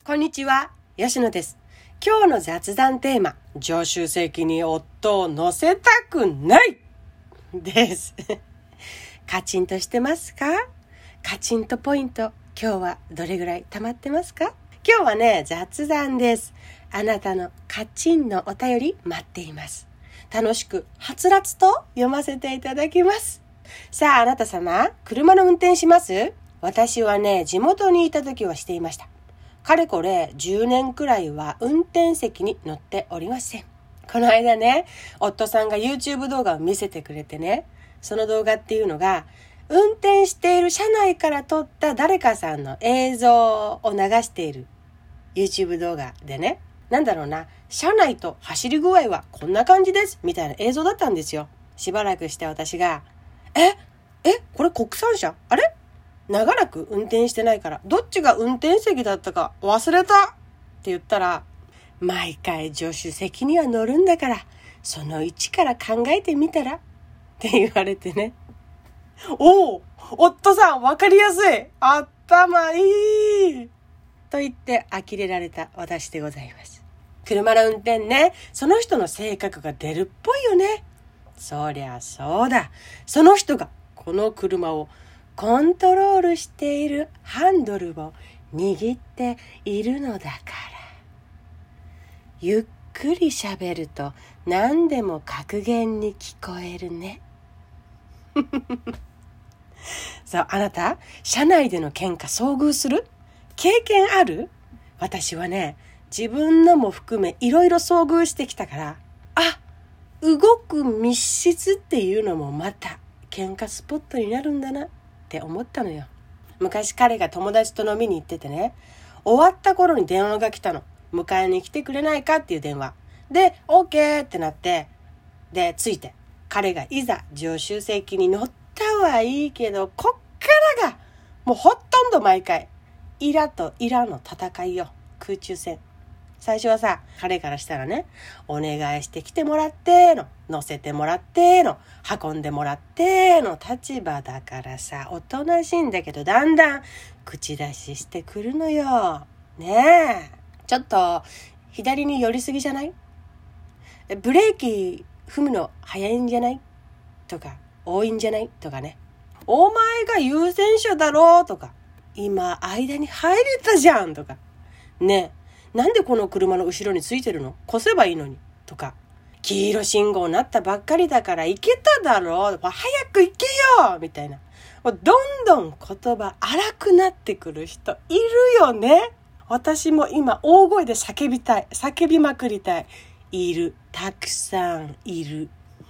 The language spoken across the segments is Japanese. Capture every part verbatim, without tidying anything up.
こんにちは、吉野です。今日の雑談テーマ、助手席に夫を乗せたくないです。カチンとしてますか？カチンとポイント、今日はどれぐらい溜まってますか？今日はね、雑談です。あなたのカチンのお便り待っています。楽しくはつらつと読ませていただきます。さあ、あなた様、車の運転します？私はね、地元にいた時はしていました。かれこれじゅうねんくらいは運転席に乗っておりません。この間ね、夫さんが YouTube 動画を見せてくれてね、その動画っていうのが、運転している車内から撮った誰かさんの映像を流している YouTube 動画でね、なんだろうな、車内と走り具合はこんな感じですみたいな映像だったんですよ。しばらくして私が、ええこれ国産車？あれ長らく運転してないからどっちが運転席だったか忘れたって言ったら、毎回助手席には乗るんだからその位置から考えてみたらって言われてね、おお夫さんわかりやすい、頭いいと言って呆れられた私でございます。車の運転ね、その人の性格が出るっぽいよね。そりゃそうだ、その人がこの車をコントロールしているハンドルを握っているのだから。ゆっくり喋ると何でも格言に聞こえるね。そう、あなた、車内での喧嘩遭遇する？経験ある？私はね、自分のも含めいろいろ遭遇してきたから、あ、動く密室っていうのもまた喧嘩スポットになるんだなって思ったのよ。昔彼が友達と飲みに行っててね、終わった頃に電話が来たの。迎えに来てくれないかっていう電話で OK ってなって、で着いて彼がいざ助手席に乗ったはいいけど、こっからがもうほとんど毎回イラとイラの戦いよ。空中戦。最初はさ、彼からしたらね、お願いして来てもらっての、乗せてもらっての、運んでもらっての立場だからさ、おとなしいんだけど、だんだん口出ししてくるのよ。ねえ、ちょっと左に寄りすぎじゃない？ブレーキ踏むの早いんじゃない？とか、多いんじゃない？とかね。お前が優先車だろうとか、今間に入れたじゃんとか、ねえ、なんでこの車の後ろについてるの？越せばいいのにとか、黄色信号になったばっかりだから行けただろう、早く行けよみたいな、どんどん言葉荒くなってくる人いるよね。私も今大声で叫びたい、叫びまくりたい。いる、たくさんいる。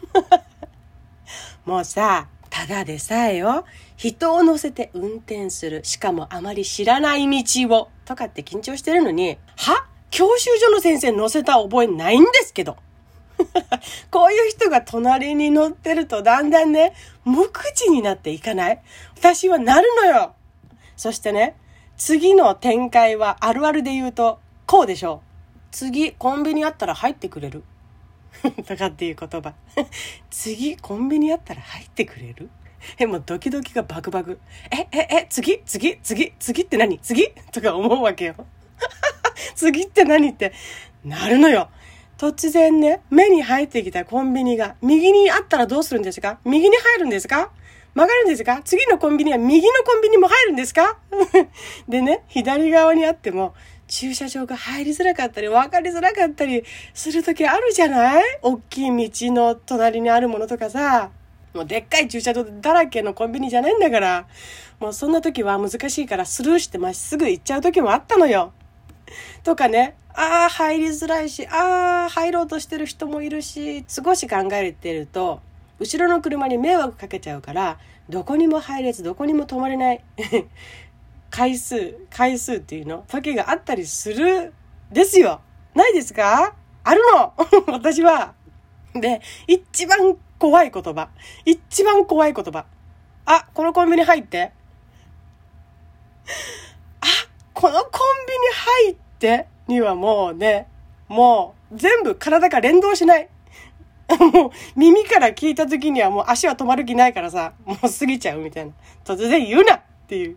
もうさ、ただでさえよ、人を乗せて運転する、しかもあまり知らない道をとかって緊張してるのに、は？教習所の先生乗せた覚えないんですけど。こういう人が隣に乗ってるとだんだんね、無口になっていかない？私はなるのよ。そしてね、次の展開はあるあるで言うとこうでしょう。次コンビニあったら入ってくれる？とかっていう言葉。次コンビニあったら入ってくれる？え、もうドキドキがバクバク。え、え、え、次、次、次、次って何？次？とか思うわけよ。次って何ってなるのよ。突然ね、目に入ってきたコンビニが右にあったらどうするんですか？右に入るんですか？曲がるんですか？次のコンビニは右のコンビニも入るんですか？でね、左側にあっても駐車場が入りづらかったり分かりづらかったりするときあるじゃない？大きい道の隣にあるものとかさ、もうでっかい駐車場だらけのコンビニじゃないんだから、もうそんな時は難しいからスルーしてまっすぐ行っちゃう時もあったのよ。とかね、ああ入りづらいし、ああ入ろうとしてる人もいるし、少し考えてると後ろの車に迷惑かけちゃうから、どこにも入れずどこにも止まれない回数回数っていうの時があったりするですよ。ないですか？あるの。私は。で、一番怖い言葉一番怖い言葉、あ、このコンビニ入って、あ、このコンビニ入ってにはもうね、もう全部体が連動しない。もう耳から聞いた時にはもう足は止まる気ないからさ、もう過ぎちゃうみたいな。突然言うなっていう。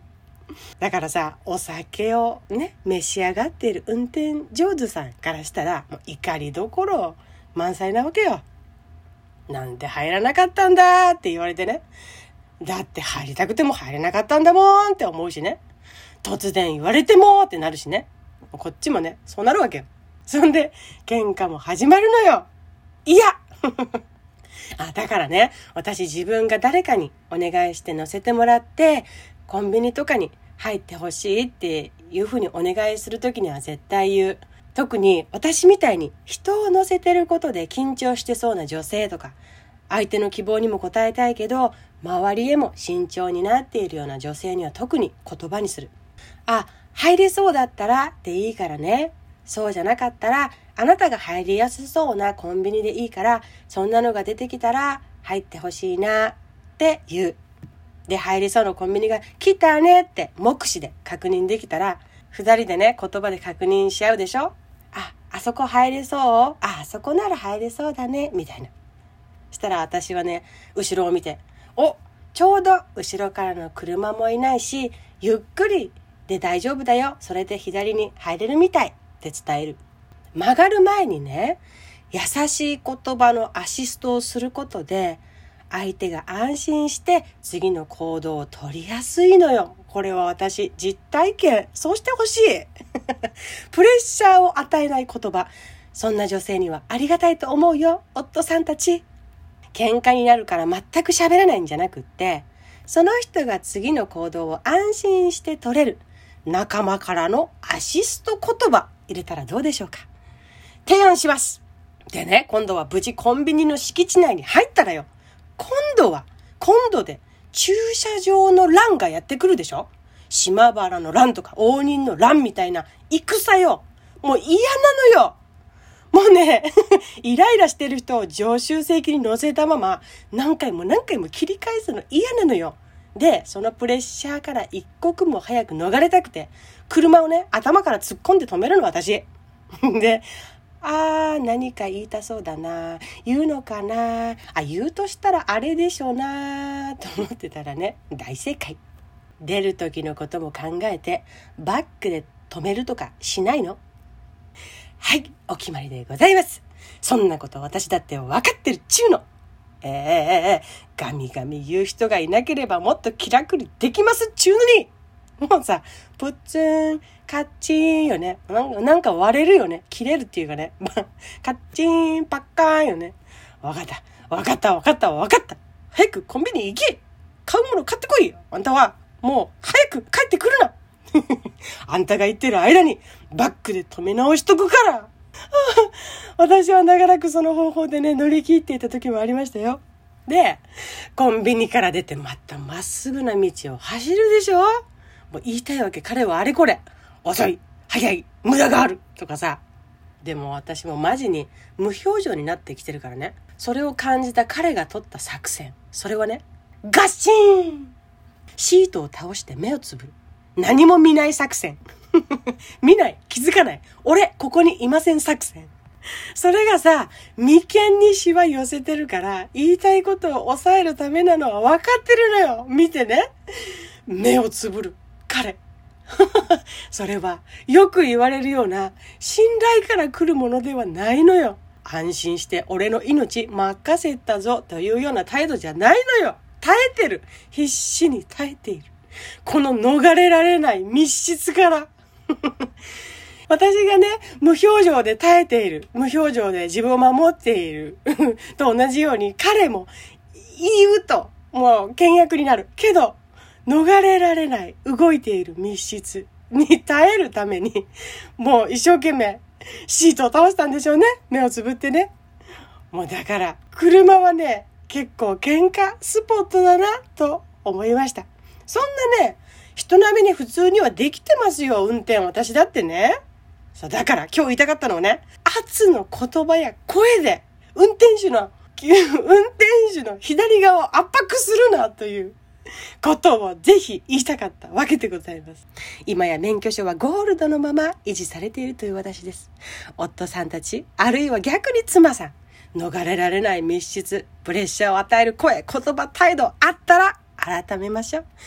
だからさ、お酒をね、召し上がっている運転上手さんからしたら、もう怒りどころ満載なわけよ。なんで入らなかったんだって言われてね。だって入りたくても入れなかったんだもんって思うしね。突然言われてもってなるしね。こっちもね、そうなるわけよ。そんで、喧嘩も始まるのよ。いやあ、だからね、私自分が誰かにお願いして乗せてもらって、コンビニとかに入ってほしいっていうふうにお願いするときには絶対言う。特に私みたいに人を乗せてることで緊張してそうな女性とか、相手の希望にも応えたいけど、周りへも慎重になっているような女性には特に言葉にする。あ、入れそうだったらでいいからね。そうじゃなかったら、あなたが入りやすそうなコンビニでいいから、そんなのが出てきたら入ってほしいなって言う。で、入りそうなコンビニが来たねって目視で確認できたら、二人でね、言葉で確認し合うでしょ。あ、あそこ入れそう？あ、あそこなら入れそうだねみたいな。したら私はね、後ろを見て、お、ちょうど後ろからの車もいないし、ゆっくりで大丈夫だよ。それで左に入れるみたいって伝える。曲がる前にね、優しい言葉のアシストをすることで、相手が安心して次の行動を取りやすいのよ。これは私、実体験。そうしてほしい。プレッシャーを与えない言葉。そんな女性にはありがたいと思うよ、夫さんたち。喧嘩になるから全く喋らないんじゃなくって、その人が次の行動を安心して取れる仲間からのアシスト言葉入れたらどうでしょうか。提案します。でね、今度は無事コンビニの敷地内に入ったらよ。今度は、今度で駐車場の乱がやってくるでしょ。島原の乱とか応仁の乱みたいな戦よ。もう嫌なのよ。もうね、イライラしてる人を常習的に乗せたまま何回も何回も切り返すの嫌なのよ。で、そのプレッシャーから一刻も早く逃れたくて、車をね、頭から突っ込んで止めるの私。で、あー、何か言いたそうだな。言うのかな。あ、言うとしたらあれでしょうな。と思ってたらね、大正解。出る時のことも考えて、バックで止めるとかしないの？はい、お決まりでございます。そんなこと私だって分かってるっちゅうの。ええー、ガミガミ言う人がいなければもっと気楽にできますっちゅうのに。もうさ、プッツン、カッチーンよね。なんか、なんか割れるよね。切れるっていうかね。カッチーン、パッカーンよね。わかった、わかった、わかった、わかった。早くコンビニ行け。買うもの買ってこいよ。あんたは、もう、早く帰ってくるな。あんたが言ってる間にバックで止め直しとくから。私は長らくその方法でね乗り切っていた時もありましたよ。で、コンビニから出てまたまっすぐな道を走るでしょ。もう言いたいわけ、彼はあれこれ、遅い、早い、無駄があるとかさ。でも私もマジに無表情になってきてるからね。それを感じた彼が取った作戦、それはね、ガッシーン、シートを倒して目をつぶる。何も見ない作戦。見ない、気づかない、俺ここにいません作戦。それがさ、眉間にシワ寄せてるから言いたいことを抑えるためなのは分かってるのよ。見てね、目をつぶる彼。それはよく言われるような信頼から来るものではないのよ。安心して俺の命任せたぞというような態度じゃないのよ。耐えてる、必死に耐えている、この逃れられない密室から私がね、無表情で耐えている、無表情で自分を守っていると同じように、彼も言うともう倹約になるけど、逃れられない動いている密室に耐えるために、もう一生懸命シートを倒したんでしょうね。目をつぶってね。もうだから車はね、結構喧嘩スポットだなと思いました。そんなね、人並みに普通にはできてますよ、運転。私だってね。そう、だから今日言いたかったのはね、圧の言葉や声で運転手の運転手の左側を圧迫するなということをぜひ言いたかったわけでございます。今や免許証はゴールドのまま維持されているという私です。夫さんたち、あるいは逆に妻さん、逃れられない密室、プレッシャーを与える声、言葉、態度あったら改めましょう。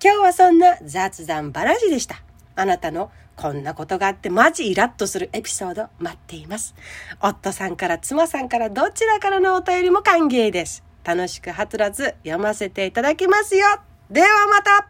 今日はそんな雑談話でした。あなたのこんなことがあってマジイラッとするエピソード待っています。夫さんから妻さんからどちらからのお便りも歓迎です。楽しくはつらつ読ませていただきますよ。ではまた。